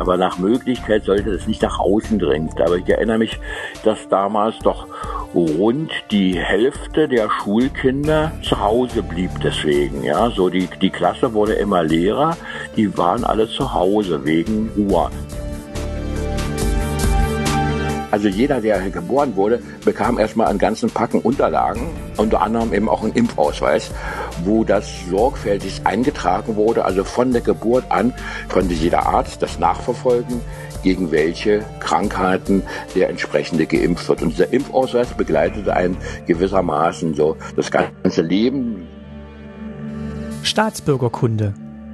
aber nach Möglichkeit sollte es nicht nach außen dringen. Aber ich erinnere mich, dass damals doch rund die Hälfte der Schulkinder zu Hause blieb deswegen. Ja, so die Klasse wurde immer leerer, die waren alle zu Hause wegen Ruhe. Also jeder, der geboren wurde, bekam erstmal einen ganzen Packen Unterlagen, unter anderem eben auch einen Impfausweis, wo das sorgfältig eingetragen wurde, also von der Geburt an konnte jeder Arzt das nachverfolgen, gegen welche Krankheiten der entsprechende geimpft wird. Und dieser Impfausweis begleitete einen gewissermaßen so das ganze Leben. Staatsbürgerkunde.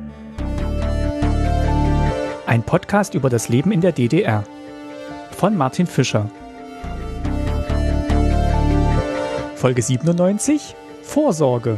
Ein Podcast über das Leben in der DDR. Von Martin Fischer. Folge 97: Vorsorge.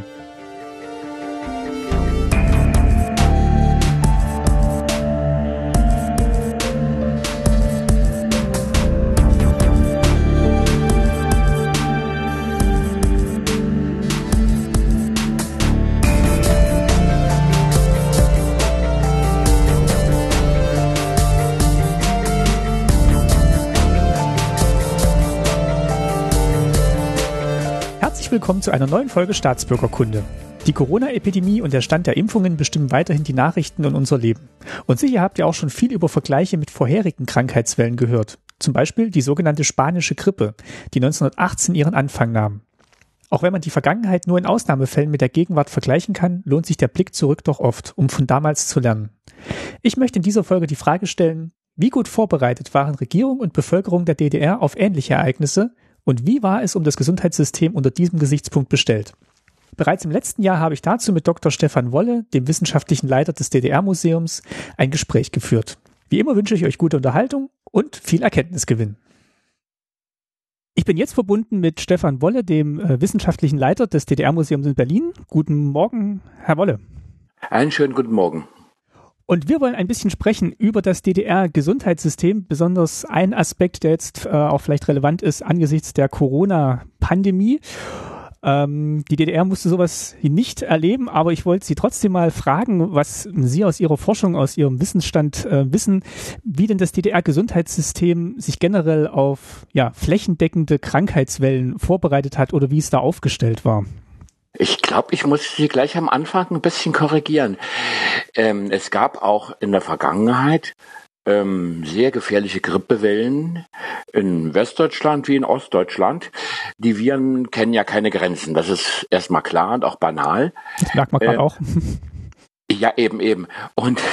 Willkommen zu einer neuen Folge Staatsbürgerkunde. Die Corona-Epidemie und der Stand der Impfungen bestimmen weiterhin die Nachrichten und unser Leben. Und sicher habt ihr auch schon viel über Vergleiche mit vorherigen Krankheitswellen gehört. Zum Beispiel die sogenannte spanische Grippe, die 1918 ihren Anfang nahm. Auch wenn man die Vergangenheit nur in Ausnahmefällen mit der Gegenwart vergleichen kann, lohnt sich der Blick zurück doch oft, um von damals zu lernen. Ich möchte in dieser Folge die Frage stellen: Wie gut vorbereitet waren Regierung und Bevölkerung der DDR auf ähnliche Ereignisse? Und wie war es um das Gesundheitssystem unter diesem Gesichtspunkt bestellt? Bereits im letzten Jahr habe ich dazu mit Dr. Stefan Wolle, dem wissenschaftlichen Leiter des DDR-Museums, ein Gespräch geführt. Wie immer wünsche ich euch gute Unterhaltung und viel Erkenntnisgewinn. Ich bin jetzt verbunden mit Stefan Wolle, dem wissenschaftlichen Leiter des DDR-Museums in Berlin. Guten Morgen, Herr Wolle. Einen schönen guten Morgen. Und wir wollen ein bisschen sprechen über das DDR-Gesundheitssystem, besonders ein Aspekt, der jetzt auch vielleicht relevant ist angesichts der Corona-Pandemie. Die DDR musste sowas nicht erleben, aber ich wollte Sie trotzdem mal fragen, was Sie aus Ihrer Forschung, aus Ihrem Wissensstand wissen, wie denn das DDR-Gesundheitssystem sich generell auf flächendeckende Krankheitswellen vorbereitet hat oder wie es da aufgestellt war. Ich glaube, ich muss Sie gleich am Anfang ein bisschen korrigieren. Es gab auch in der Vergangenheit sehr gefährliche Grippewellen in Westdeutschland wie in Ostdeutschland. Die Viren kennen ja keine Grenzen. Das ist erstmal klar und auch banal. Das merkt man gerade auch. Ja, eben. Und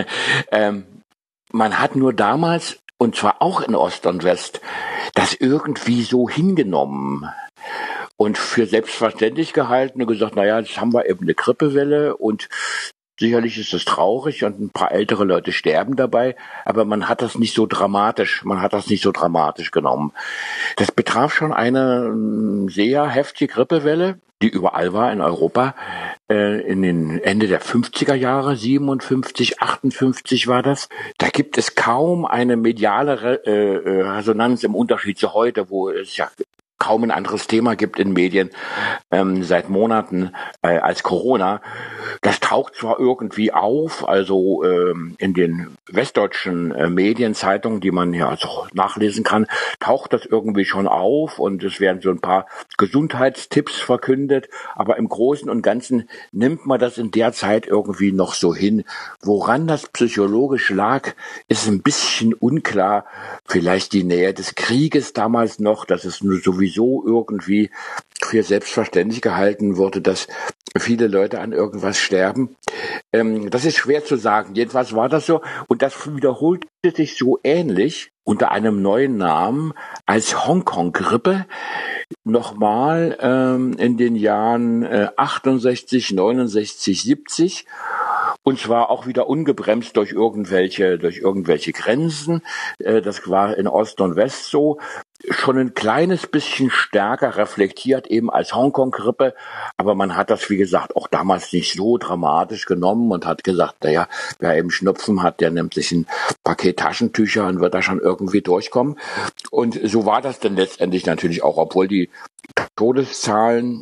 man hat nur damals, und zwar auch in Ost und West, das irgendwie so hingenommen und für selbstverständlich gehalten und gesagt, naja, jetzt haben wir eben eine Grippewelle und sicherlich ist es traurig und ein paar ältere Leute sterben dabei, aber man hat das nicht so dramatisch genommen. Das betraf schon eine sehr heftige Grippewelle, die überall war in Europa, in den Ende der 50er Jahre, 57, 58 war das. Da gibt es kaum eine mediale Resonanz im Unterschied zu heute, wo es ja kaum ein anderes Thema gibt in Medien seit Monaten als Corona. Das taucht zwar irgendwie auf, also in den westdeutschen Medienzeitungen, die man ja also nachlesen kann, taucht das irgendwie schon auf und es werden so ein paar Gesundheitstipps verkündet, aber im Großen und Ganzen nimmt man das in der Zeit irgendwie noch so hin. Woran das psychologisch lag, ist ein bisschen unklar. Vielleicht die Nähe des Krieges damals noch, dass es nur sowieso irgendwie für selbstverständlich gehalten wurde, dass viele Leute an irgendwas sterben. Das ist schwer zu sagen. Jedenfalls war das so. Und das wiederholte sich so ähnlich unter einem neuen Namen als Hongkong-Grippe nochmal in den Jahren 68, 69, 70. Und zwar auch wieder ungebremst durch irgendwelche Grenzen. Das war in Ost und West so. Schon ein kleines bisschen stärker reflektiert eben als Hongkong-Grippe. Aber man hat das, wie gesagt, auch damals nicht so dramatisch genommen und hat gesagt, naja, wer eben Schnupfen hat, der nimmt sich ein Paket Taschentücher und wird da schon irgendwie durchkommen. Und so war das dann letztendlich natürlich auch, obwohl die Todeszahlen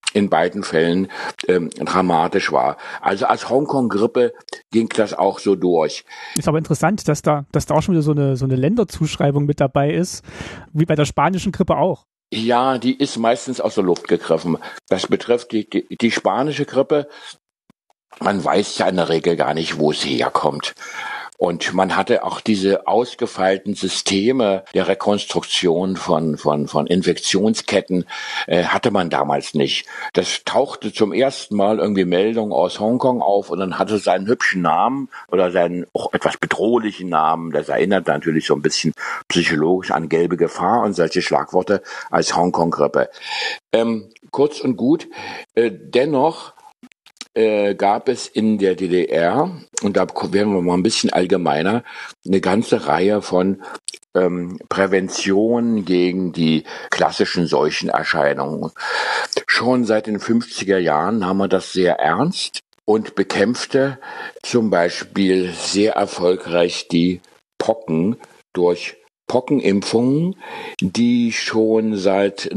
in beiden Fällen dramatisch war. Also als Hongkong-Grippe ging das auch so durch. Ist aber interessant, dass da auch schon wieder so eine Länderzuschreibung mit dabei ist, wie bei der spanischen Grippe auch. Ja, die ist meistens aus der Luft gegriffen. Das betrifft die spanische Grippe. Man weiß ja in der Regel gar nicht, wo es herkommt. Und man hatte auch diese ausgefeilten Systeme der Rekonstruktion von Infektionsketten, hatte man damals nicht. Das tauchte zum ersten Mal irgendwie Meldungen aus Hongkong auf und dann hatte seinen hübschen Namen oder seinen auch etwas bedrohlichen Namen. Das erinnert natürlich so ein bisschen psychologisch an gelbe Gefahr und solche Schlagworte als Hongkong-Grippe. Kurz und gut, dennoch gab es in der DDR, und da werden wir mal ein bisschen allgemeiner, eine ganze Reihe von Prävention gegen die klassischen Seuchenerscheinungen. Schon seit den 50er Jahren haben wir das sehr ernst und bekämpfte zum Beispiel sehr erfolgreich die Pocken durch Pockenimpfungen, die schon seit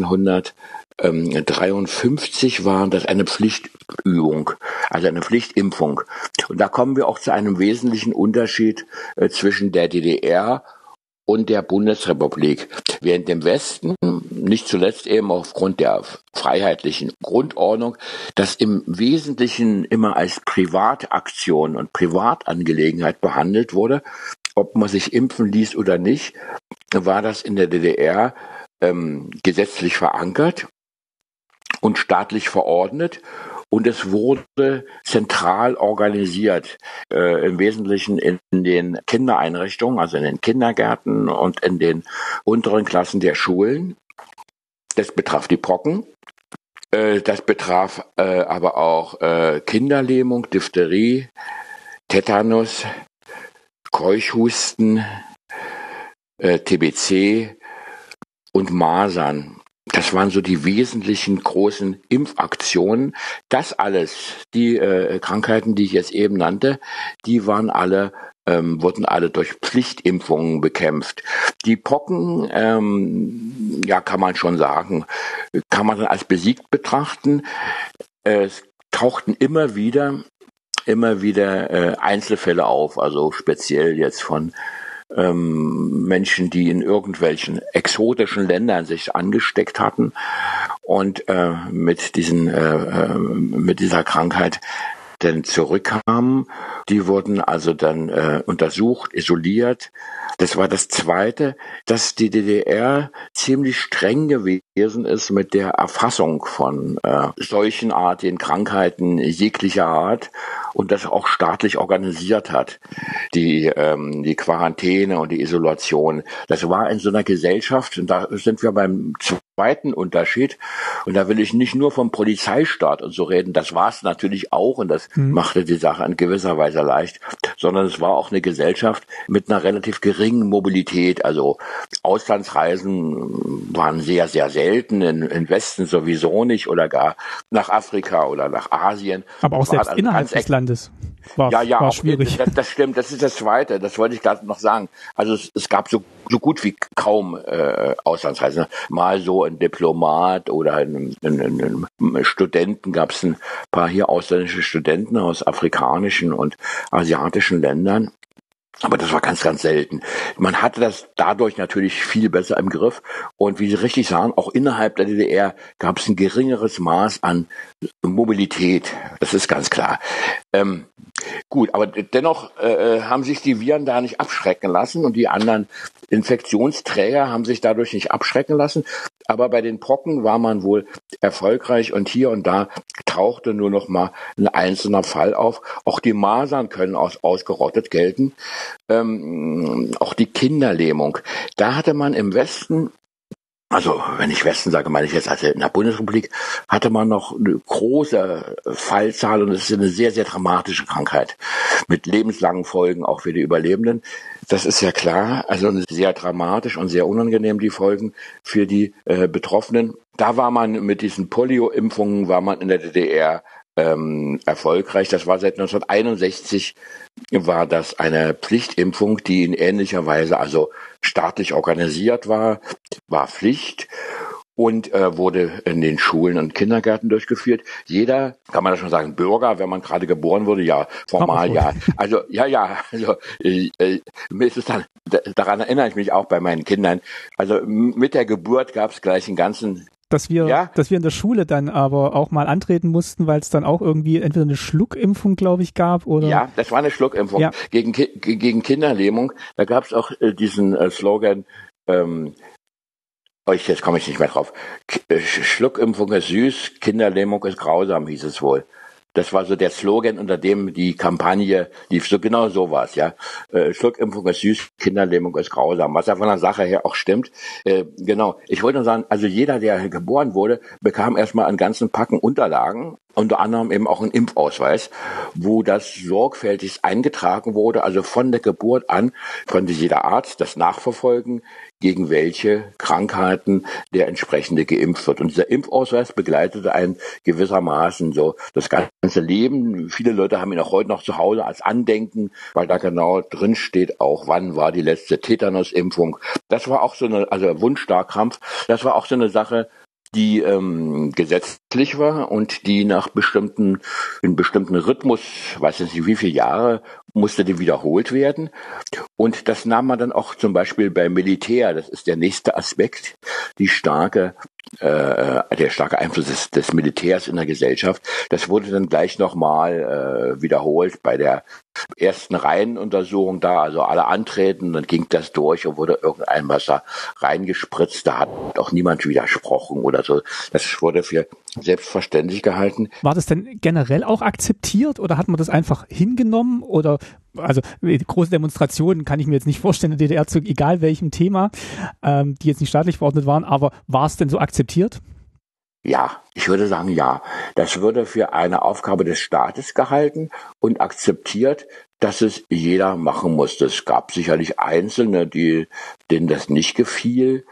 1953 war das eine Pflichtübung, also eine Pflichtimpfung. Und da kommen wir auch zu einem wesentlichen Unterschied zwischen der DDR und der Bundesrepublik. Während im Westen, nicht zuletzt eben aufgrund der freiheitlichen Grundordnung, das im Wesentlichen immer als Privataktion und Privatangelegenheit behandelt wurde, ob man sich impfen ließ oder nicht, war das in der DDR gesetzlich verankert und staatlich verordnet und es wurde zentral organisiert, im Wesentlichen in den Kindereinrichtungen, also in den Kindergärten und in den unteren Klassen der Schulen. Das betraf die Pocken, das betraf aber auch Kinderlähmung, Diphtherie, Tetanus, Keuchhusten, TBC und Masern. Das waren so die wesentlichen großen Impfaktionen. Das alles, die Krankheiten, die ich jetzt eben nannte, die wurden alle durch Pflichtimpfungen bekämpft. Die Pocken, kann man schon sagen, kann man als besiegt betrachten. Es tauchten immer wieder Einzelfälle auf, also speziell jetzt von Menschen, die in irgendwelchen exotischen Ländern sich angesteckt hatten und mit dieser Krankheit dann zurückkamen. Die wurden also dann untersucht, isoliert. Das war das Zweite, dass die DDR ziemlich streng gewesen ist mit der Erfassung von solchenartigen Krankheiten jeglicher Art und das auch staatlich organisiert hat. Die Quarantäne und die Isolation. Das war in so einer Gesellschaft, und da sind wir beim zweiten Unterschied, und da will ich nicht nur vom Polizeistaat und so reden, das war es natürlich auch und das machte die Sache in gewisser Weise leicht, sondern es war auch eine Gesellschaft mit einer relativ geringen Mobilität, also Auslandsreisen waren sehr, sehr selten, im Westen sowieso nicht oder gar nach Afrika oder nach Asien. Aber auch selbst innerhalb des Landes war schwierig. Das stimmt, das ist das Zweite, das wollte ich gerade noch sagen. Also es gab so gut wie kaum Auslandsreisen. Mal so ein Diplomat oder ein Studenten, gab es ein paar hier ausländische Studenten aus afrikanischen und asiatischen Ländern. Aber das war ganz, ganz selten. Man hatte das dadurch natürlich viel besser im Griff. Und wie Sie richtig sagen, auch innerhalb der DDR gab es ein geringeres Maß an Mobilität. Das ist ganz klar. Gut, aber dennoch haben sich die Viren da nicht abschrecken lassen und die anderen Infektionsträger haben sich dadurch nicht abschrecken lassen. Aber bei den Pocken war man wohl erfolgreich und hier und da tauchte nur noch mal ein einzelner Fall auf. Auch die Masern können ausgerottet gelten. Auch die Kinderlähmung. Da hatte man im Westen, also wenn ich Westen sage, meine ich jetzt also in der Bundesrepublik, hatte man noch eine große Fallzahl und es ist eine sehr, sehr dramatische Krankheit mit lebenslangen Folgen auch für die Überlebenden. Das ist ja klar, also sehr dramatisch und sehr unangenehm die Folgen für die Betroffenen. Da war man mit diesen Polio-Impfungen, war man in der DDR erfolgreich. Das war seit 1961 war das eine Pflichtimpfung, die in ähnlicher Weise also staatlich organisiert war Pflicht. und wurde in den Schulen und Kindergärten durchgeführt. Jeder, kann man das schon sagen, Bürger, wenn man gerade geboren wurde, ja, formal ja. Also mir ist es dann, daran erinnere ich mich auch bei meinen Kindern. Also mit der Geburt gab es gleich einen ganzen dass wir in der Schule dann aber auch mal antreten mussten, weil es dann auch irgendwie entweder eine Schluckimpfung, glaube ich, gab oder... Ja, das war eine Schluckimpfung gegen Kinderlähmung. Da gab es auch diesen Slogan, jetzt komme ich nicht mehr drauf. Schluckimpfung ist süß, Kinderlähmung ist grausam, hieß es wohl. Das war so der Slogan, unter dem die Kampagne lief. So genau so war's, ja. Schluckimpfung ist süß, Kinderlähmung ist grausam. Was ja von der Sache her auch stimmt. Genau. Ich wollte nur sagen, also jeder, der geboren wurde, bekam erstmal einen ganzen Packen Unterlagen, unter anderem eben auch einen Impfausweis, wo das sorgfältig eingetragen wurde. Also von der Geburt an konnte jeder Arzt das nachverfolgen, gegen welche Krankheiten der entsprechende geimpft wird. Und dieser Impfausweis begleitete einen gewissermaßen so das ganze Leben. Viele Leute haben ihn auch heute noch zu Hause als Andenken, weil da genau drin steht auch, wann war die letzte Tetanusimpfung. Das war auch so eine, also Wundstarkrampf, das war auch so eine Sache, die gesetzlich war und die in bestimmten Rhythmus, weiß ich nicht wie viele Jahre, musste die wiederholt werden. Und das nahm man dann auch zum Beispiel beim Militär, das ist der nächste Aspekt, der starke Einfluss des Militärs in der Gesellschaft. Das wurde dann gleich nochmal wiederholt bei der ersten Reihenuntersuchung da, also alle antreten, dann ging das durch und wurde irgendein Wasser reingespritzt, da hat auch niemand widersprochen oder so. Das wurde für selbstverständlich gehalten. War das denn generell auch akzeptiert oder hat man das einfach hingenommen oder, also große Demonstrationen kann ich mir jetzt nicht vorstellen in der DDR zu egal welchem Thema, die jetzt nicht staatlich verordnet waren, aber war es denn so akzeptiert? Ja, ich würde sagen, ja. Das würde für eine Aufgabe des Staates gehalten und akzeptiert, dass es jeder machen musste. Es gab sicherlich Einzelne, denen das nicht gefiel.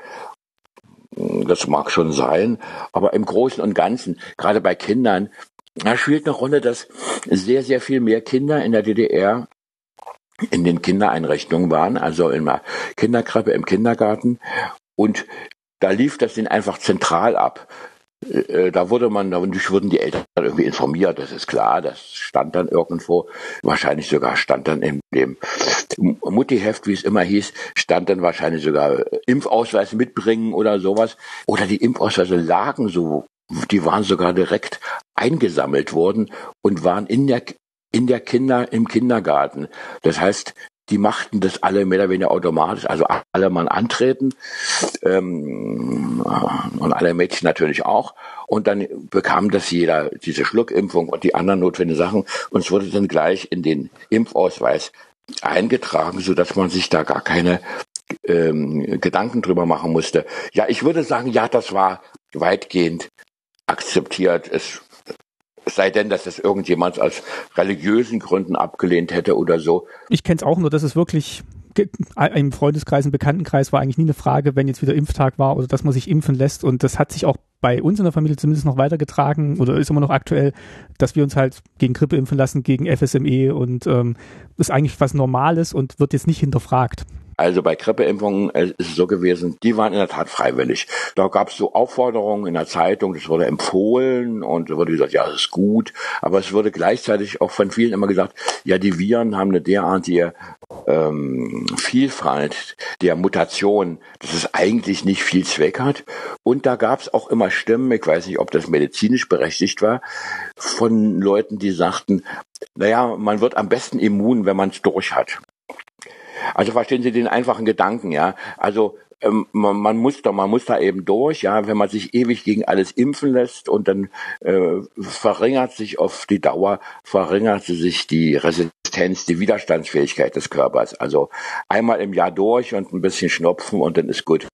Das mag schon sein. Aber im Großen und Ganzen, gerade bei Kindern, da spielt eine Rolle, dass sehr, sehr viel mehr Kinder in der DDR in den Kindereinrichtungen waren, also in der Kinderkrippe, im Kindergarten. Und da lief das dann einfach zentral ab. Da wurden die Eltern irgendwie informiert, das ist klar, das stand dann irgendwo, wahrscheinlich sogar stand dann in dem Muttiheft, wie es immer hieß, stand dann wahrscheinlich sogar Impfausweis mitbringen oder sowas. Oder die Impfausweise lagen so, die waren sogar direkt eingesammelt worden und waren im Kindergarten. Das heißt, die machten das alle mehr oder weniger automatisch, also alle Mann antreten und alle Mädchen natürlich auch. Und dann bekam das jeder, diese Schluckimpfung und die anderen notwendigen Sachen. Und es wurde dann gleich in den Impfausweis eingetragen, sodass man sich da gar keine Gedanken drüber machen musste. Ja, ich würde sagen, ja, das war weitgehend akzeptiert. Es sei denn, dass das irgendjemand aus religiösen Gründen abgelehnt hätte oder so. Ich kenne es auch nur, dass es wirklich im Freundeskreis, im Bekanntenkreis war eigentlich nie eine Frage, wenn jetzt wieder Impftag war oder dass man sich impfen lässt. Und das hat sich auch bei uns in der Familie zumindest noch weitergetragen oder ist immer noch aktuell, dass wir uns halt gegen Grippe impfen lassen, gegen FSME und das ist eigentlich was Normales und wird jetzt nicht hinterfragt. Also bei Grippeimpfungen ist es so gewesen, die waren in der Tat freiwillig. Da gab es so Aufforderungen in der Zeitung, das wurde empfohlen und da wurde gesagt, ja, das ist gut. Aber es wurde gleichzeitig auch von vielen immer gesagt, ja, die Viren haben eine derartige Vielfalt der Mutation, dass es eigentlich nicht viel Zweck hat. Und da gab es auch immer Stimmen, ich weiß nicht, ob das medizinisch berechtigt war, von Leuten, die sagten, naja, man wird am besten immun, wenn man es durch hat. Also verstehen Sie den einfachen Gedanken, ja. Also man muss da eben durch, ja. Wenn man sich ewig gegen alles impfen lässt und dann verringert sich auf die Dauer, die Resistenz, die Widerstandsfähigkeit des Körpers. Also einmal im Jahr durch und ein bisschen schnupfen und dann ist gut.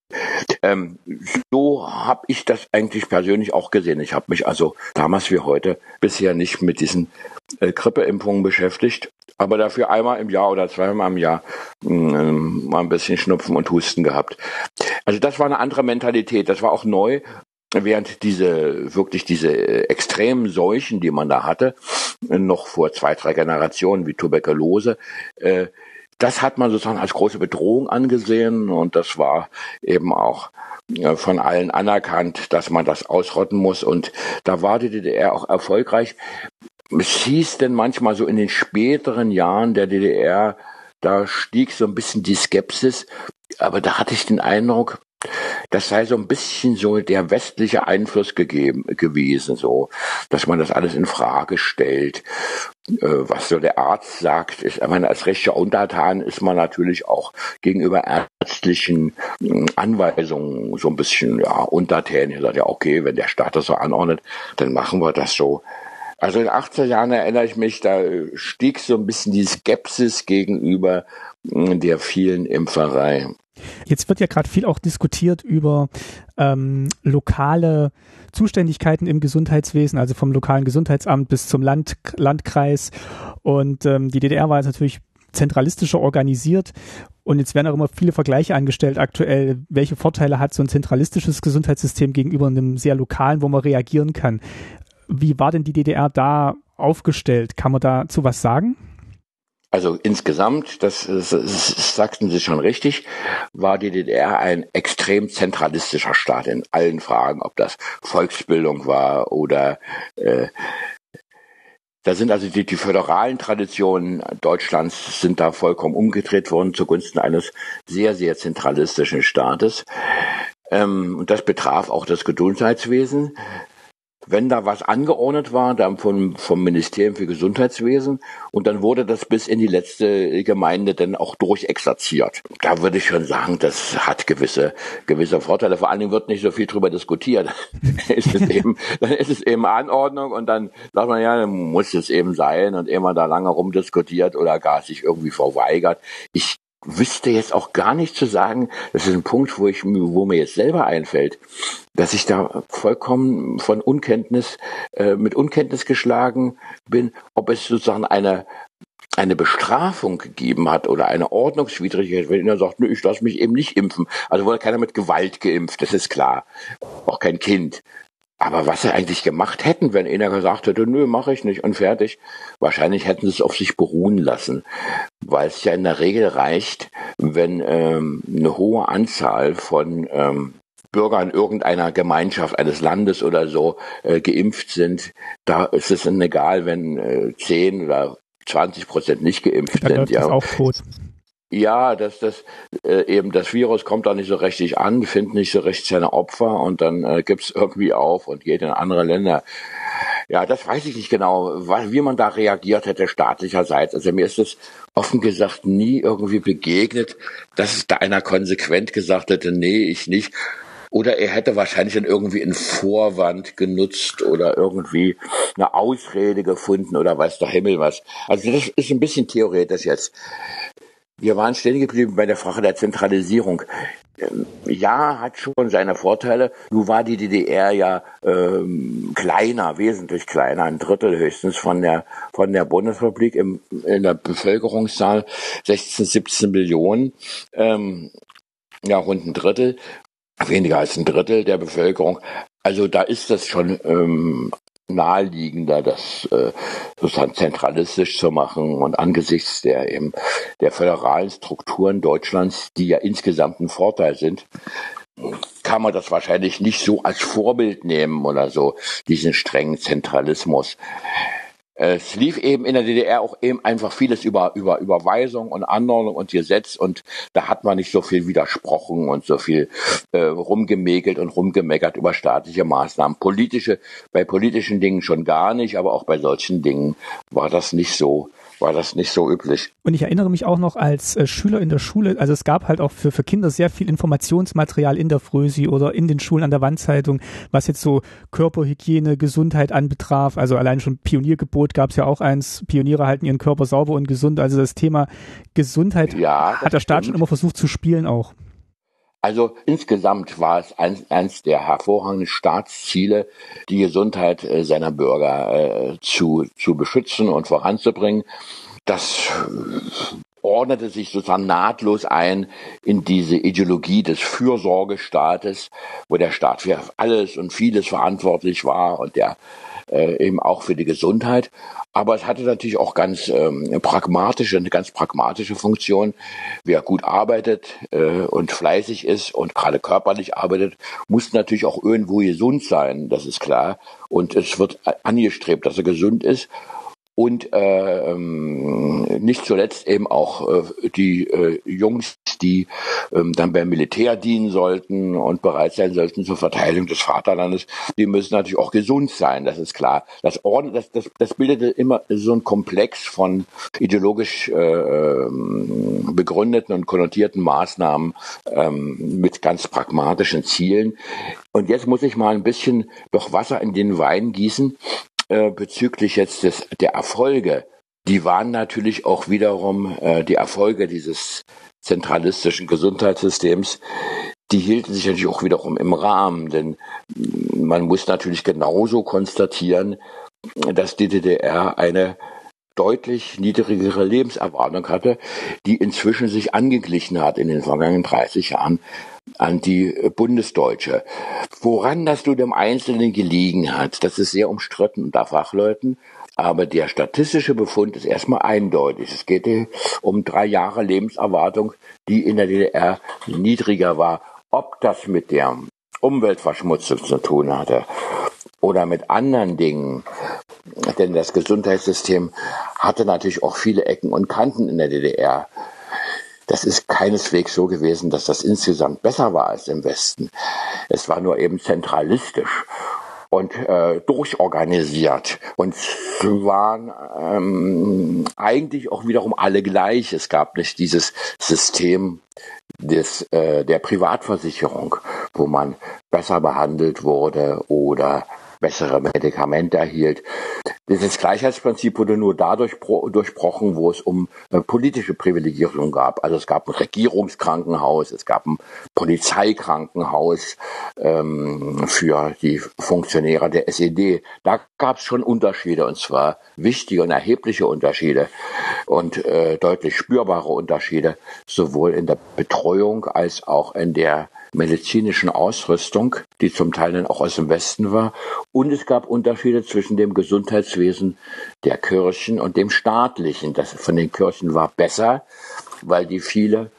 So habe ich das eigentlich persönlich auch gesehen. Ich habe mich also damals wie heute bisher nicht mit diesen Grippeimpfungen beschäftigt, aber dafür einmal im Jahr oder zweimal im Jahr mal ein bisschen Schnupfen und Husten gehabt. Also das war eine andere Mentalität, das war auch neu, während diese extremen Seuchen, die man da hatte, noch vor 2-3 Generationen wie Tuberkulose, das hat man sozusagen als große Bedrohung angesehen und das war eben auch von allen anerkannt, dass man das ausrotten muss und da war die DDR auch erfolgreich. Es hieß denn manchmal so in den späteren Jahren der DDR, da stieg so ein bisschen die Skepsis, aber da hatte ich den Eindruck, das sei so ein bisschen so der westliche Einfluss gewesen, so, dass man das alles in Frage stellt. Was so der Arzt sagt, ist, ich meine, als rechter Untertan ist man natürlich auch gegenüber ärztlichen Anweisungen so ein bisschen, ja, untertänig. Er sagt, ja, okay, wenn der Staat das so anordnet, dann machen wir das so. Also in den 80er Jahren erinnere ich mich, da stieg so ein bisschen die Skepsis gegenüber der vielen Impferei. Jetzt wird ja gerade viel auch diskutiert über lokale Zuständigkeiten im Gesundheitswesen, also vom lokalen Gesundheitsamt bis zum Landkreis. Und die DDR war jetzt natürlich zentralistischer organisiert. Und jetzt werden auch immer viele Vergleiche angestellt aktuell. Welche Vorteile hat so ein zentralistisches Gesundheitssystem gegenüber einem sehr lokalen, wo man reagieren kann? Wie war denn die DDR da aufgestellt? Kann man dazu was sagen? Also insgesamt, das sagten Sie schon richtig, war die DDR ein extrem zentralistischer Staat in allen Fragen, ob das Volksbildung war oder da sind also die föderalen Traditionen Deutschlands sind da vollkommen umgedreht worden zugunsten eines sehr, sehr zentralistischen Staates. Und das betraf auch das Gesundheitswesen. Wenn da was angeordnet war, dann vom Ministerium für Gesundheitswesen und dann wurde das bis in die letzte Gemeinde dann auch durchexerziert. Da würde ich schon sagen, das hat gewisse Vorteile. Vor allen Dingen wird nicht so viel drüber diskutiert. Dann ist es eben Anordnung und dann sagt man, ja, dann muss es eben sein und ehe man da lange rumdiskutiert oder gar sich irgendwie verweigert. Ich wüsste jetzt auch gar nicht zu sagen, das ist ein Punkt, wo mir jetzt selber einfällt, dass ich da vollkommen von mit Unkenntnis geschlagen bin, ob es sozusagen eine Bestrafung gegeben hat oder eine Ordnungswidrigkeit, wenn er sagt, nö, ich lasse mich eben nicht impfen. Also wurde keiner mit Gewalt geimpft, das ist klar. Auch kein Kind. Aber was sie eigentlich gemacht hätten, wenn einer gesagt hätte, nö, mache ich nicht und fertig, wahrscheinlich hätten sie es auf sich beruhen lassen, weil es ja in der Regel reicht, wenn eine hohe Anzahl von Bürgern irgendeiner Gemeinschaft, eines Landes oder so geimpft sind. Da ist es dann egal, wenn 10 oder 20% nicht geimpft dann sind. Läuft das auch tot. Ja, das Virus kommt da nicht so richtig an, findet nicht so richtig seine Opfer und dann gibt's irgendwie auf und geht in andere Länder. Ja, das weiß ich nicht genau, wie man da reagiert hätte staatlicherseits. Also mir ist es offen gesagt nie irgendwie begegnet, dass es da einer konsequent gesagt hätte, nee, ich nicht. Oder er hätte wahrscheinlich dann irgendwie einen Vorwand genutzt oder irgendwie eine Ausrede gefunden oder weiß der Himmel was. Also das ist ein bisschen theoretisch jetzt. Wir waren stehen geblieben bei der Frage der Zentralisierung. Ja, hat schon seine Vorteile. Nun war die DDR ja kleiner, wesentlich kleiner, ein Drittel höchstens von der Bundesrepublik in der Bevölkerungszahl 16, 17 Millionen. Ja, rund ein Drittel, weniger als ein Drittel der Bevölkerung. Also da ist das schon naheliegender, das sozusagen zentralistisch zu machen und angesichts der föderalen Strukturen Deutschlands, die ja insgesamt ein Vorteil sind, kann man das wahrscheinlich nicht so als Vorbild nehmen oder so, diesen strengen Zentralismus. Es lief eben in der DDR auch eben einfach vieles über Überweisung und Anordnung und Gesetz und da hat man nicht so viel widersprochen und so viel rumgemäkelt und rumgemeckert über staatliche Maßnahmen. Bei politischen Dingen schon gar nicht, aber auch bei solchen Dingen war das nicht so üblich. Und ich erinnere mich auch noch als Schüler in der Schule, also es gab halt auch für Kinder sehr viel Informationsmaterial in der Frösi oder in den Schulen an der Wandzeitung, was jetzt so Körperhygiene, Gesundheit anbetraf. Also allein schon Pioniergebot gab es ja auch eins, Pioniere halten ihren Körper sauber und gesund. Also das Thema Gesundheit hat der Staat schon immer versucht zu spielen auch. Also insgesamt war es eins der hervorragenden Staatsziele, die Gesundheit seiner Bürger zu beschützen und voranzubringen. Das ordnete sich sozusagen nahtlos ein in diese Ideologie des Fürsorgestaates, wo der Staat für alles und vieles verantwortlich war und der eben auch für die Gesundheit. Aber es hatte natürlich auch eine ganz pragmatische Funktion. Wer gut arbeitet und fleißig ist und gerade körperlich arbeitet, muss natürlich auch irgendwo gesund sein, das ist klar. Und es wird angestrebt, dass er gesund ist. Und nicht zuletzt eben auch die Jungs, die dann beim Militär dienen sollten und bereit sein sollten zur Verteidigung des Vaterlandes, die müssen natürlich auch gesund sein, das ist klar. Das bildete immer so ein Komplex von ideologisch begründeten und konnotierten Maßnahmen mit ganz pragmatischen Zielen. Und jetzt muss ich mal ein bisschen doch Wasser in den Wein gießen. Bezüglich jetzt der Erfolge, die waren natürlich auch wiederum die Erfolge dieses zentralistischen Gesundheitssystems, die hielten sich natürlich auch wiederum im Rahmen, denn man muss natürlich genauso konstatieren, dass die DDR eine deutlich niedrigere Lebenserwartung hatte, die inzwischen sich angeglichen hat in den vergangenen 30 Jahren an die bundesdeutsche. Woran das nun im Einzelnen gelegen hat, das ist sehr umstritten unter Fachleuten, aber der statistische Befund ist erstmal eindeutig. Es geht um 3 Jahre Lebenserwartung, die in der DDR niedriger war. Ob das mit der Umweltverschmutzung zu tun hatte oder mit anderen Dingen, denn das Gesundheitssystem hatte natürlich auch viele Ecken und Kanten in der DDR. Das ist keineswegs so gewesen, dass das insgesamt besser war als im Westen. Es war nur eben zentralistisch und durchorganisiert. Und waren eigentlich auch wiederum alle gleich. Es gab nicht dieses System der Privatversicherung, wo man besser behandelt wurde oder bessere Medikamente erhielt. Dieses Gleichheitsprinzip wurde nur dadurch durchbrochen, wo es um politische Privilegierung gab. Also es gab ein Regierungskrankenhaus, es gab ein Polizeikrankenhaus für die Funktionäre der SED. Da gab es schon Unterschiede, und zwar wichtige und erhebliche Unterschiede und deutlich spürbare Unterschiede, sowohl in der Betreuung als auch in der medizinischen Ausrüstung, die zum Teil dann auch aus dem Westen war. Und es gab Unterschiede zwischen dem Gesundheitswesen der Kirchen und dem staatlichen. Das von den Kirchen war besser, weil die viele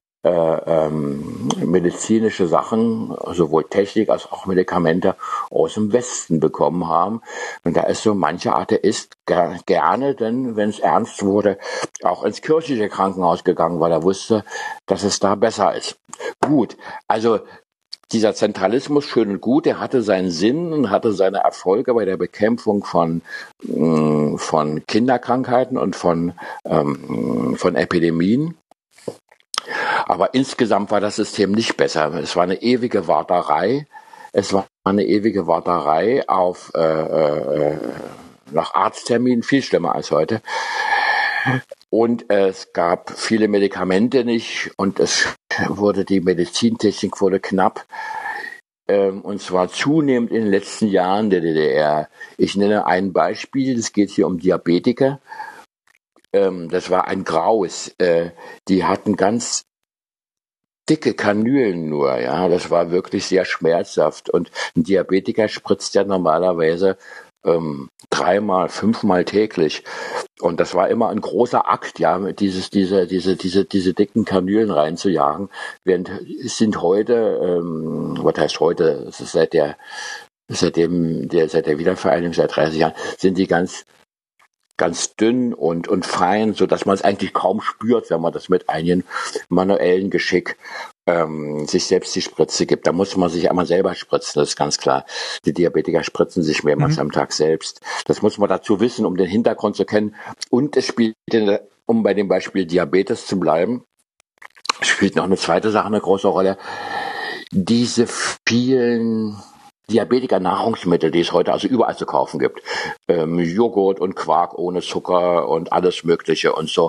medizinische Sachen, sowohl Technik als auch Medikamente aus dem Westen bekommen haben. Und da ist so mancher Atheist gerne, denn wenn es ernst wurde, auch ins kirchliche Krankenhaus gegangen, weil er wusste, dass es da besser ist. Gut, also dieser Zentralismus, schön und gut, der hatte seinen Sinn und hatte seine Erfolge bei der Bekämpfung von Kinderkrankheiten und von Epidemien. Aber insgesamt war das System nicht besser. Es war eine ewige Warterei. Es war eine ewige Warterei auf nach Arztterminen, viel schlimmer als heute. Und es gab viele Medikamente nicht und die Medizintechnik wurde knapp. Und zwar zunehmend in den letzten Jahren der DDR. Ich nenne ein Beispiel, es geht hier um Diabetiker. Das war ein Graus. Die hatten ganz dicke Kanülen nur, ja. Das war wirklich sehr schmerzhaft. Und ein Diabetiker spritzt ja normalerweise 3-mal, 5-mal täglich. Und das war immer ein großer Akt, ja, diese dicken Kanülen reinzujagen. Während es sind heute, was heißt heute, es ist seit der Wiedervereinigung, seit 30 Jahren, sind die ganz dünn und fein, so dass man es eigentlich kaum spürt, wenn man das mit einem manuellen Geschick sich selbst die Spritze gibt. Da muss man sich einmal selber spritzen, das ist ganz klar. Die Diabetiker spritzen sich mehrmals am Tag selbst. Das muss man dazu wissen, um den Hintergrund zu kennen. Und es spielt, um bei dem Beispiel Diabetes zu bleiben, spielt noch eine zweite Sache eine große Rolle. Diese vielen Diabetiker-Nahrungsmittel, die es heute also überall zu kaufen gibt. Joghurt und Quark ohne Zucker und alles Mögliche und so.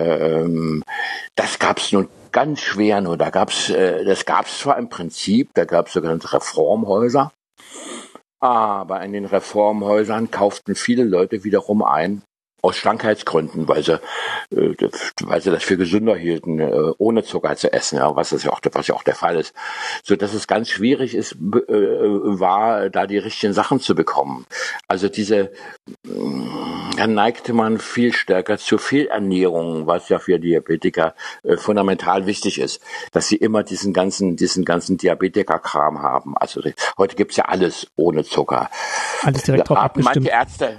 Das gab's nun ganz schwer nur. Das gab's zwar im Prinzip, da gab's sogenannte Reformhäuser, aber in den Reformhäusern kauften viele Leute wiederum ein, aus Schlankheitsgründen, weil sie das für gesünder hielten, ohne Zucker zu essen, ja, was ja auch der Fall ist, so dass es ganz schwierig ist, war, da die richtigen Sachen zu bekommen. Also dann neigte man viel stärker zur Fehlernährung, was ja für Diabetiker fundamental wichtig ist, dass sie immer diesen ganzen Diabetiker-Kram haben. Also heute gibt's ja alles ohne Zucker. Alles direkt drauf abgestimmt.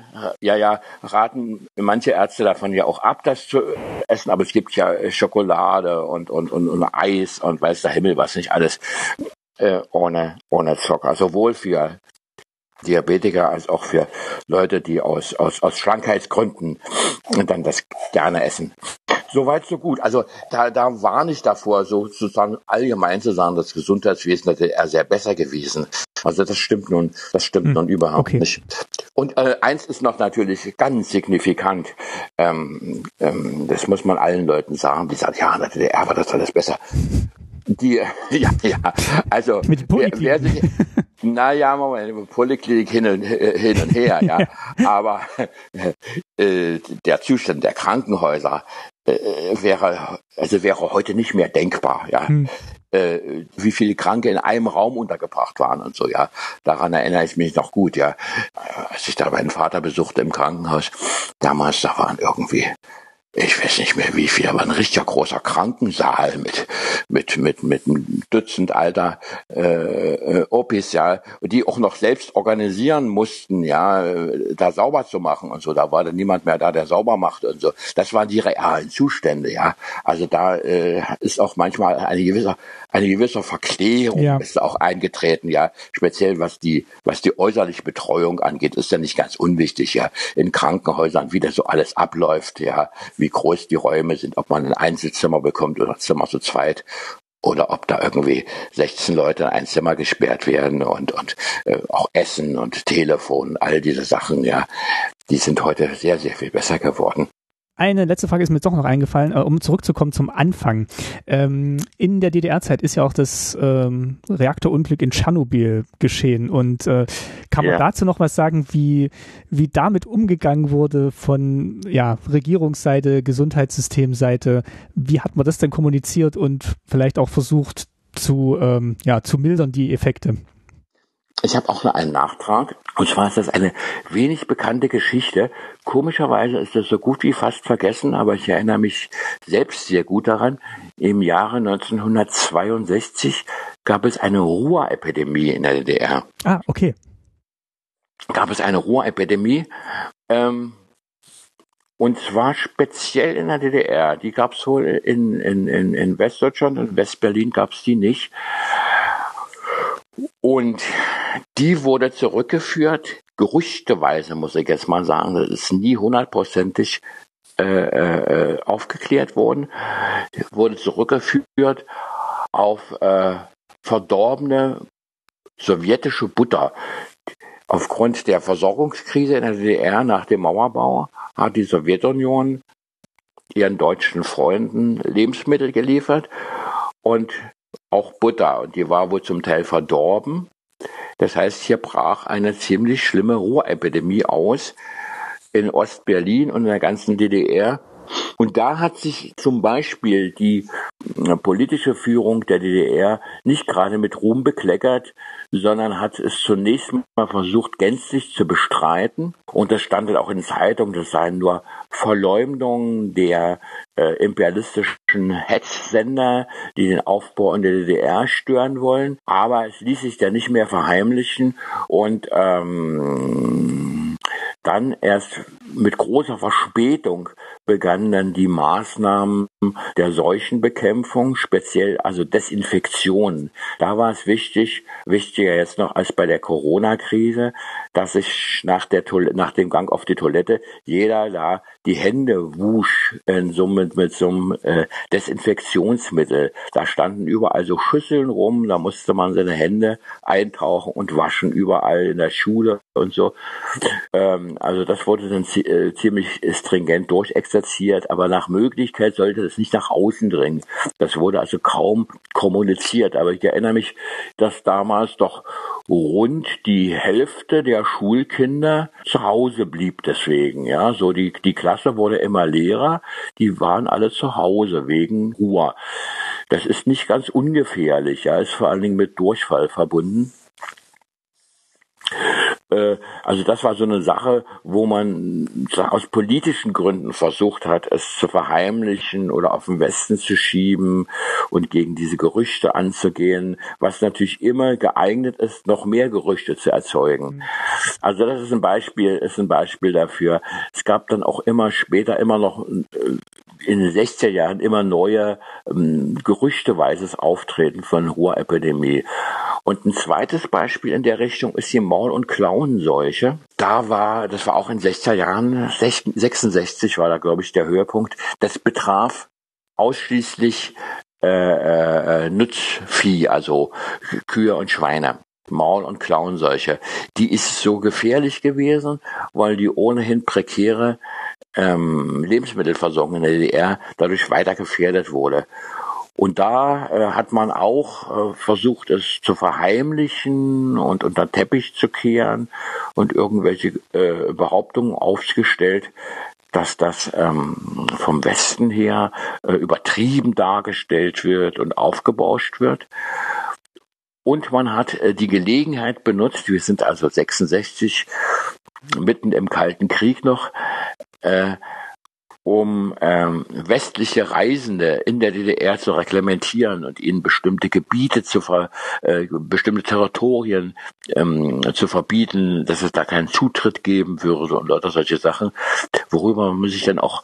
Raten manche Ärzte davon ja auch ab, das zu essen, aber es gibt ja Schokolade und Eis und weiß der Himmel was nicht alles ohne Zucker. Sowohl für Diabetiker als auch für Leute, die aus Schlankheitsgründen dann das gerne essen. Soweit, so gut. Also da warne ich davor, sozusagen allgemein zu sagen, das Gesundheitswesen hätte er sehr besser gewesen. Also das stimmt nun überhaupt nicht. Und eins ist noch natürlich ganz signifikant. Das muss man allen Leuten sagen, die sagen, ja, in der DDR war das alles besser. Also wer sich, Moment, Poliklinik hin und her, ja. Aber der Zustand der Krankenhäuser wäre heute nicht mehr denkbar, ja. Wie viele Kranke in einem Raum untergebracht waren und so, ja. Daran erinnere ich mich noch gut, ja. Als ich da meinen Vater besuchte im Krankenhaus, damals, da waren irgendwie, ich weiß nicht mehr wie viel, aber ein richtiger großer Krankensaal mit einem Dutzend alter Opis, ja, die auch noch selbst organisieren mussten, ja, da sauber zu machen und so. Da war dann niemand mehr da, der sauber macht und so. Das waren die realen Zustände, ja. Also da ist auch manchmal eine gewisse Verklärung ist auch eingetreten, ja. Speziell was die äußerliche Betreuung angeht, ist ja nicht ganz unwichtig, ja. In Krankenhäusern, wie das so alles abläuft, ja. Wie groß die Räume sind, ob man ein Einzelzimmer bekommt oder Zimmer zu zweit oder ob da irgendwie 16 Leute in ein Zimmer gesperrt werden und auch Essen und Telefon, all diese Sachen, ja, die sind heute sehr, sehr viel besser geworden. Eine letzte Frage ist mir doch noch eingefallen, um zurückzukommen zum Anfang. In der DDR-Zeit ist ja auch das Reaktorunglück in Tschernobyl geschehen. Und kann man dazu noch was sagen, wie damit umgegangen wurde von Regierungsseite, Gesundheitssystemseite? Wie hat man das denn kommuniziert und vielleicht auch versucht zu mildern, die Effekte? Ich habe auch noch einen Nachtrag. Und zwar ist das eine wenig bekannte Geschichte. Komischerweise ist das so gut wie fast vergessen, aber ich erinnere mich selbst sehr gut daran. Im Jahre 1962 gab es eine Ruhrepidemie in der DDR. Ah, okay. Gab es eine Ruhrepidemie, und zwar speziell in der DDR. Die gab es wohl in Westdeutschland und Westberlin gab es die nicht. Und die wurde zurückgeführt, gerüchteweise muss ich jetzt mal sagen, das ist nie hundertprozentig aufgeklärt worden, wurde zurückgeführt auf verdorbene sowjetische Butter. Aufgrund der Versorgungskrise in der DDR nach dem Mauerbau hat die Sowjetunion ihren deutschen Freunden Lebensmittel geliefert und auch Butter, und die war wohl zum Teil verdorben. Das heißt, hier brach eine ziemlich schlimme Ruhrepidemie aus in Ostberlin und in der ganzen DDR. Und da hat sich zum Beispiel die politische Führung der DDR nicht gerade mit Ruhm bekleckert, sondern hat es zunächst mal versucht, gänzlich zu bestreiten. Und das stand dann auch in Zeitungen, das seien nur Verleumdungen der imperialistischen Hetzsender, die den Aufbau in der DDR stören wollen. Aber es ließ sich da nicht mehr verheimlichen und dann erst mit großer Verspätung begannen dann die Maßnahmen der Seuchenbekämpfung, speziell also Desinfektion. Da war es wichtiger jetzt noch als bei der Corona-Krise, dass sich nach dem Gang auf die Toilette jeder da die Hände wusch mit so einem Desinfektionsmittel. Da standen überall so Schüsseln rum, da musste man seine Hände eintauchen und waschen, überall in der Schule und so. Also das wurde dann ziemlich stringent durchexerziert, aber nach Möglichkeit sollte das nicht nach außen dringen. Das wurde also kaum kommuniziert, aber ich erinnere mich, dass damals doch rund die Hälfte der Schulkinder zu Hause blieb deswegen. Ja, so die Klasse wurde immer leerer, die waren alle zu Hause wegen Ruhr. Das ist nicht ganz ungefährlich, ja, ist vor allen Dingen mit Durchfall verbunden. Also das war so eine Sache, wo man aus politischen Gründen versucht hat, es zu verheimlichen oder auf den Westen zu schieben und gegen diese Gerüchte anzugehen, was natürlich immer geeignet ist, noch mehr Gerüchte zu erzeugen. Also das ist ein Beispiel dafür. Es gab dann auch immer später immer noch in den 60er Jahren immer neue gerüchteweises Auftreten von Ruhrepidemie. Und ein zweites Beispiel in der Richtung ist die Maul- und Klauenseuche. Das war auch in 60er Jahren, 66 war da, glaube ich, der Höhepunkt. Das betraf ausschließlich Nutzvieh, also Kühe und Schweine. Maul- und Klauenseuche. Die ist so gefährlich gewesen, weil die ohnehin prekäre Lebensmittelversorgung in der DDR dadurch weiter gefährdet wurde. Und da hat man auch versucht, es zu verheimlichen und unter den Teppich zu kehren und irgendwelche Behauptungen aufgestellt, dass das vom Westen her übertrieben dargestellt wird und aufgebauscht wird. Und man hat die Gelegenheit benutzt, wir sind also 66, mitten im Kalten Krieg noch, um westliche Reisende in der DDR zu reglementieren und ihnen bestimmte Gebiete bestimmte Territorien zu verbieten, dass es da keinen Zutritt geben würde und lauter solche Sachen, worüber man sich dann auch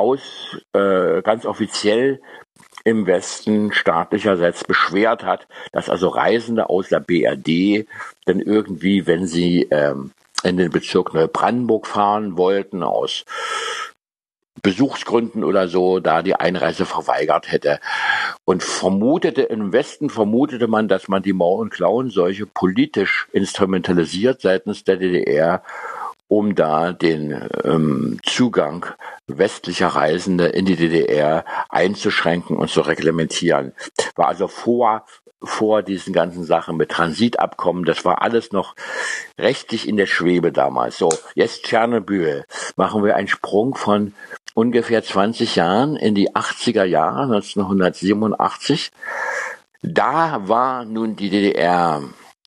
ganz offiziell im Westen staatlicherseits beschwert hat, dass also Reisende aus der BRD dann irgendwie, wenn sie in den Bezirk Neubrandenburg fahren wollten, aus Besuchsgründen oder so, da die Einreise verweigert hätte. Und im Westen vermutete man, dass man die Maul- und Klauenseuche politisch instrumentalisiert seitens der DDR, um da den Zugang westlicher Reisende in die DDR einzuschränken und zu reglementieren. War also vor diesen ganzen Sachen mit Transitabkommen, das war alles noch rechtlich in der Schwebe damals. So, jetzt Tschernobyl. Machen wir einen Sprung von ungefähr 20 Jahren in die 80er Jahre, 1987. Da war nun die DDR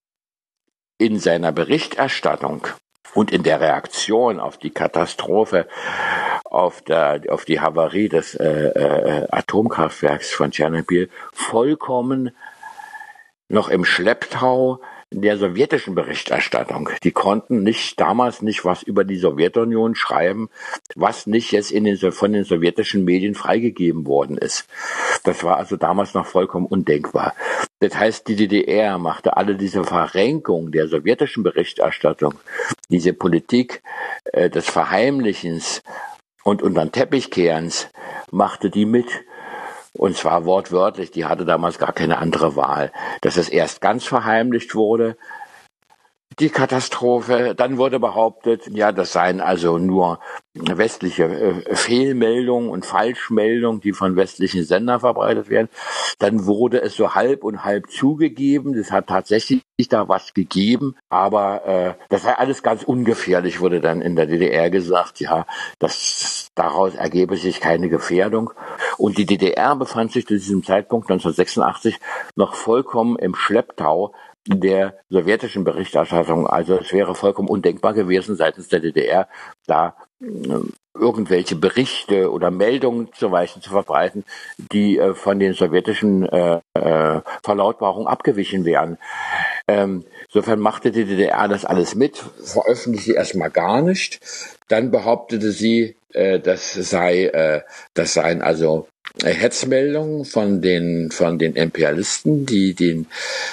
in seiner Berichterstattung und in der Reaktion auf die Katastrophe, auf die Havarie des Atomkraftwerks von Tschernobyl vollkommen noch im Schlepptau der sowjetischen Berichterstattung. Die konnten damals nicht was über die Sowjetunion schreiben, was nicht jetzt von den sowjetischen Medien freigegeben worden ist. Das war also damals noch vollkommen undenkbar. Das heißt, die DDR machte alle diese Verrenkung der sowjetischen Berichterstattung, diese Politik des Verheimlichens und unter den Teppichkehrens, machte die mit. Und zwar wortwörtlich, die hatte damals gar keine andere Wahl. Dass es erst ganz verheimlicht wurde, die Katastrophe, dann wurde behauptet, ja, das seien also nur westliche Fehlmeldungen und Falschmeldungen, die von westlichen Sendern verbreitet werden. Dann wurde es so halb und halb zugegeben, das hat tatsächlich da was gegeben, aber das sei alles ganz ungefährlich, wurde dann in der DDR gesagt, ja, daraus ergebe sich keine Gefährdung. Und die DDR befand sich zu diesem Zeitpunkt 1986 noch vollkommen im Schlepptau der sowjetischen Berichterstattung. Also es wäre vollkommen undenkbar gewesen seitens der DDR, da irgendwelche Berichte oder Meldungen zu verbreiten, die von den sowjetischen Verlautbarungen abgewichen wären. Insofern machte die DDR das alles mit, veröffentlichte erstmal gar nicht. Dann behauptete sie, das seien also Hetzmeldungen von den Imperialisten, die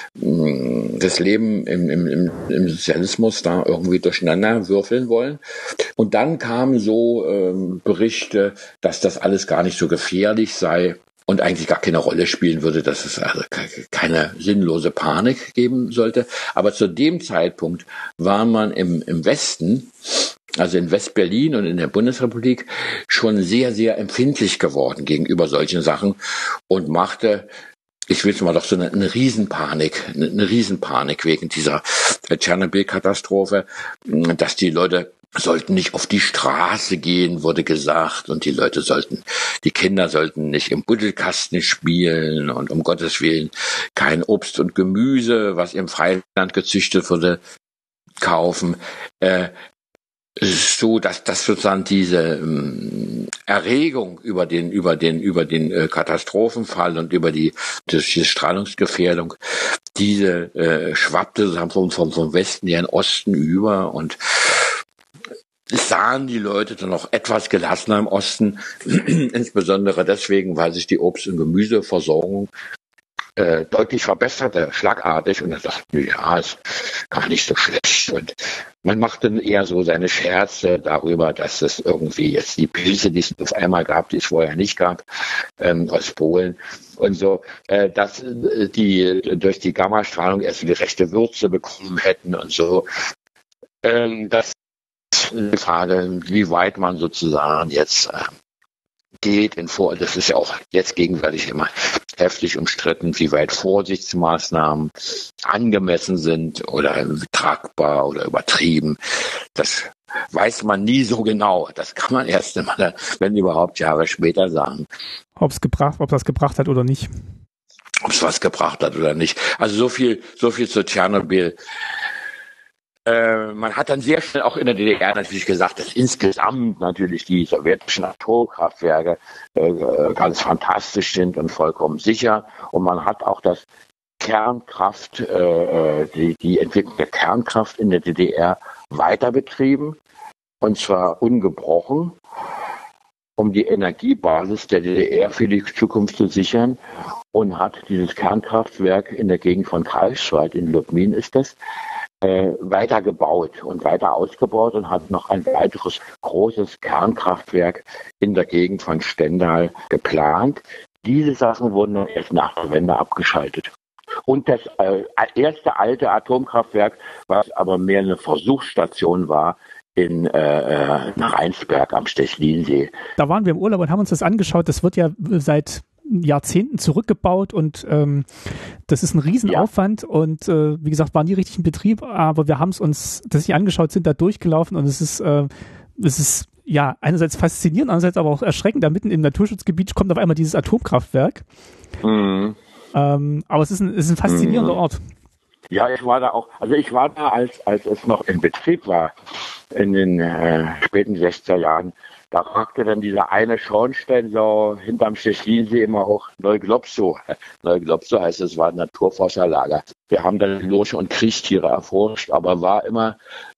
das Leben im Sozialismus da irgendwie durcheinander würfeln wollen. Und dann kamen so Berichte, dass das alles gar nicht so gefährlich sei und eigentlich gar keine Rolle spielen würde, dass es also keine sinnlose Panik geben sollte. Aber zu dem Zeitpunkt war man im Westen, also in West-Berlin und in der Bundesrepublik, schon sehr, sehr empfindlich geworden gegenüber solchen Sachen und machte ich will es mal doch so eine Riesenpanik wegen dieser Tschernobyl-Katastrophe, dass die Leute sollten nicht auf die Straße gehen, wurde gesagt, und die Kinder sollten nicht im Buddelkasten spielen und um Gottes Willen kein Obst und Gemüse, was im Freiland gezüchtet wurde, kaufen. So, dass sozusagen diese Erregung über den Katastrophenfall und über die Strahlungsgefährdung, diese schwappte vom Westen in den Osten über, und sahen die Leute dann noch etwas gelassener im Osten, insbesondere deswegen, weil sich die Obst- und Gemüseversorgung deutlich verbesserte, schlagartig, und er dachte, ja, ist gar nicht so schlecht. Und man machte dann eher so seine Scherze darüber, dass es irgendwie jetzt die Pilze, die es auf einmal gab, die es vorher nicht gab, aus Polen und so, dass die durch die Gammastrahlung erst die rechte Würze bekommen hätten und so. Das ist die Frage, wie weit man sozusagen jetzt geht das ist ja auch jetzt gegenwärtig immer heftig umstritten, wie weit Vorsichtsmaßnahmen angemessen sind oder tragbar oder übertrieben. Das weiß man nie so genau. Das kann man erst einmal, wenn überhaupt, Jahre später sagen. Ob das gebracht hat oder nicht. Ob es was gebracht hat oder nicht. Also so viel zu Tschernobyl. Man hat dann sehr schnell auch in der DDR natürlich gesagt, dass insgesamt natürlich die sowjetischen Atomkraftwerke ganz fantastisch sind und vollkommen sicher. Und man hat auch das Kernkraft, die Entwicklung der Kernkraft in der DDR weiter betrieben, und zwar ungebrochen, um die Energiebasis der DDR für die Zukunft zu sichern, und hat dieses Kernkraftwerk in der Gegend von Greifswald, in Lubmin ist das, weiter gebaut und weiter ausgebaut, und hat noch ein weiteres großes Kernkraftwerk in der Gegend von Stendal geplant. Diese Sachen wurden dann erst nach der Wende abgeschaltet. Und das erste alte Atomkraftwerk, was aber mehr eine Versuchsstation war, in Rheinsberg am Stechlinsee. Da waren wir im Urlaub und haben uns das angeschaut. Das wird ja seit Jahrzehnten zurückgebaut, und das ist ein Riesenaufwand, und wie gesagt, waren die richtig in Betrieb, aber wir haben es uns das nicht angeschaut, sind da durchgelaufen, und es ist ja einerseits faszinierend, andererseits aber auch erschreckend. Da mitten im Naturschutzgebiet kommt auf einmal dieses Atomkraftwerk. Mhm. Aber es ist ein faszinierender Ort. Ja, ich war da, als es noch in Betrieb war, in den späten 60er Jahren. Da ragte dann dieser eine Schornstein so hinterm Stechlinsee immer hoch, Neuglobsow. Neuglobsow heißt, es war ein Naturforscherlager. Wir haben dann Lurche und Kriechtiere erforscht, aber war immer,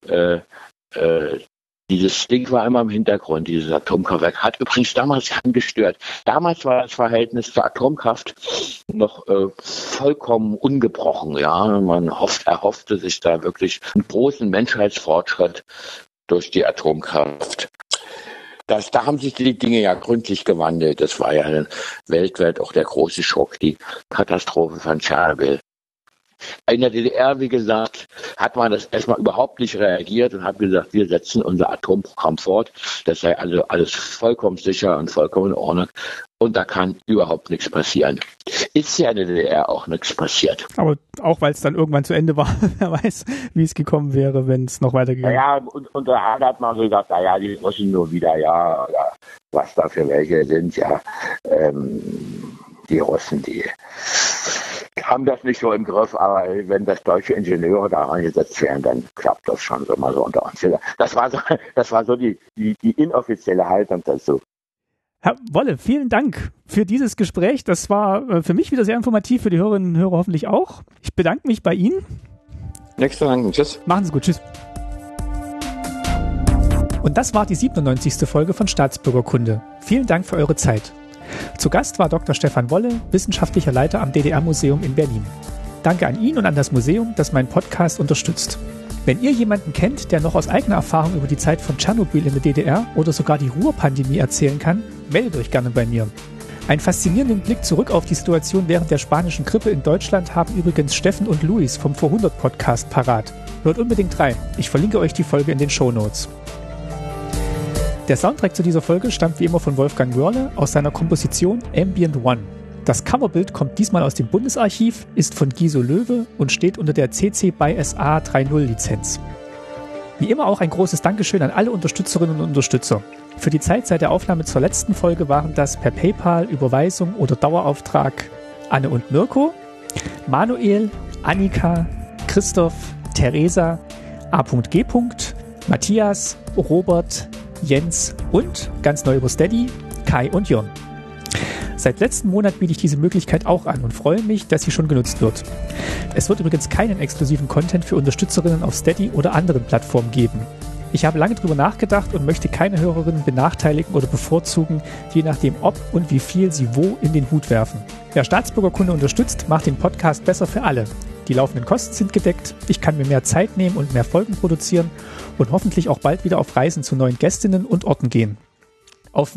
dieses Ding war immer im Hintergrund, dieses Atomkraftwerk. Hat übrigens damals gestört. Damals war das Verhältnis zur Atomkraft noch vollkommen ungebrochen. Ja, man erhoffte sich da wirklich einen großen Menschheitsfortschritt durch die Atomkraft. Da haben sich die Dinge ja gründlich gewandelt. Das war ja weltweit auch der große Schock, die Katastrophe von Tschernobyl. In der DDR, wie gesagt, hat man das erstmal überhaupt nicht reagiert und hat gesagt, wir setzen unser Atomprogramm fort. Das sei also alles vollkommen sicher und vollkommen in Ordnung. Und da kann überhaupt nichts passieren. Ist ja in der DDR auch nichts passiert. Aber auch, weil es dann irgendwann zu Ende war, wer weiß, wie es gekommen wäre, wenn es noch weitergegangen wäre. Ja, und da hat man so gesagt, naja, die Russen nur wieder, ja, was da für welche sind, ja. Die Russen, die haben das nicht so im Griff, aber wenn das deutsche Ingenieure da eingesetzt werden, dann klappt das schon so mal so unter uns. Das war so die inoffizielle Haltung dazu. Herr Wolle, vielen Dank für dieses Gespräch. Das war für mich wieder sehr informativ, für die Hörerinnen und Hörer hoffentlich auch. Ich bedanke mich bei Ihnen. Nichts zu danken. Tschüss. Machen Sie gut. Tschüss. Und das war die 97. Folge von Staatsbürgerkunde. Vielen Dank für eure Zeit. Zu Gast war Dr. Stefan Wolle, wissenschaftlicher Leiter am DDR-Museum in Berlin. Danke an ihn und an das Museum, das meinen Podcast unterstützt. Wenn ihr jemanden kennt, der noch aus eigener Erfahrung über die Zeit von Tschernobyl in der DDR oder sogar die Ruhr-Pandemie erzählen kann, meldet euch gerne bei mir. Einen faszinierenden Blick zurück auf die Situation während der spanischen Grippe in Deutschland haben übrigens Steffen und Luis vom Vor100-Podcast parat. Hört unbedingt rein. Ich verlinke euch die Folge in den Shownotes. Der Soundtrack zu dieser Folge stammt wie immer von Wolfgang Wörle aus seiner Komposition Ambient One. Das Coverbild kommt diesmal aus dem Bundesarchiv, ist von Giso Löwe und steht unter der CC BY SA 3.0 Lizenz. Wie immer auch ein großes Dankeschön an alle Unterstützerinnen und Unterstützer. Für die Zeit seit der Aufnahme zur letzten Folge waren das per PayPal, Überweisung oder Dauerauftrag Anne und Mirko, Manuel, Annika, Christoph, Theresa, A.G., Matthias, Robert, Jens und, ganz neu über Steady, Kai und Jörn. Seit letzten Monat biete ich diese Möglichkeit auch an und freue mich, dass sie schon genutzt wird. Es wird übrigens keinen exklusiven Content für Unterstützerinnen auf Steady oder anderen Plattformen geben. Ich habe lange drüber nachgedacht und möchte keine Hörerinnen benachteiligen oder bevorzugen, je nachdem ob und wie viel sie wo in den Hut werfen. Wer Staatsbürgerkunde unterstützt, macht den Podcast besser für alle. Die laufenden Kosten sind gedeckt, ich kann mir mehr Zeit nehmen und mehr Folgen produzieren und hoffentlich auch bald wieder auf Reisen zu neuen Gästinnen und Orten gehen. Auf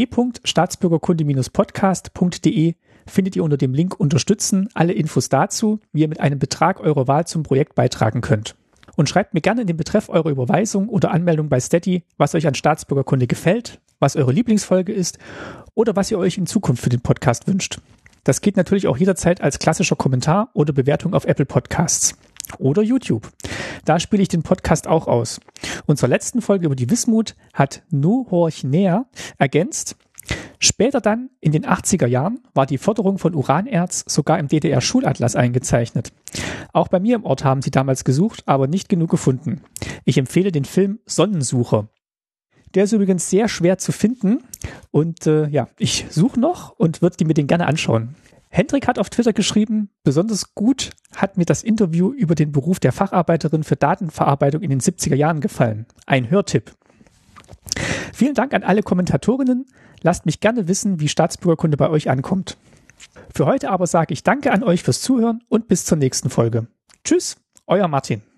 www.staatsbürgerkunde-podcast.de findet ihr unter dem Link Unterstützen alle Infos dazu, wie ihr mit einem Betrag eurer Wahl zum Projekt beitragen könnt. Und schreibt mir gerne in den Betreff eurer Überweisung oder Anmeldung bei Steady, was euch an Staatsbürgerkunde gefällt, was eure Lieblingsfolge ist oder was ihr euch in Zukunft für den Podcast wünscht. Das geht natürlich auch jederzeit als klassischer Kommentar oder Bewertung auf Apple Podcasts. Oder YouTube. Da spiele ich den Podcast auch aus. Und zur letzten Folge über die Wismut hat Nohorch Näher ergänzt: Später dann, in den 80er Jahren, war die Förderung von Uranerz sogar im DDR-Schulatlas eingezeichnet. Auch bei mir im Ort haben sie damals gesucht, aber nicht genug gefunden. Ich empfehle den Film Sonnensucher. Der ist übrigens sehr schwer zu finden und ich suche noch und würde mir den gerne anschauen. Hendrik hat auf Twitter geschrieben, besonders gut hat mir das Interview über den Beruf der Facharbeiterin für Datenverarbeitung in den 70er Jahren gefallen. Ein Hörtipp. Vielen Dank an alle Kommentatorinnen. Lasst mich gerne wissen, wie Staatsbürgerkunde bei euch ankommt. Für heute aber sage ich Danke an euch fürs Zuhören und bis zur nächsten Folge. Tschüss, euer Martin.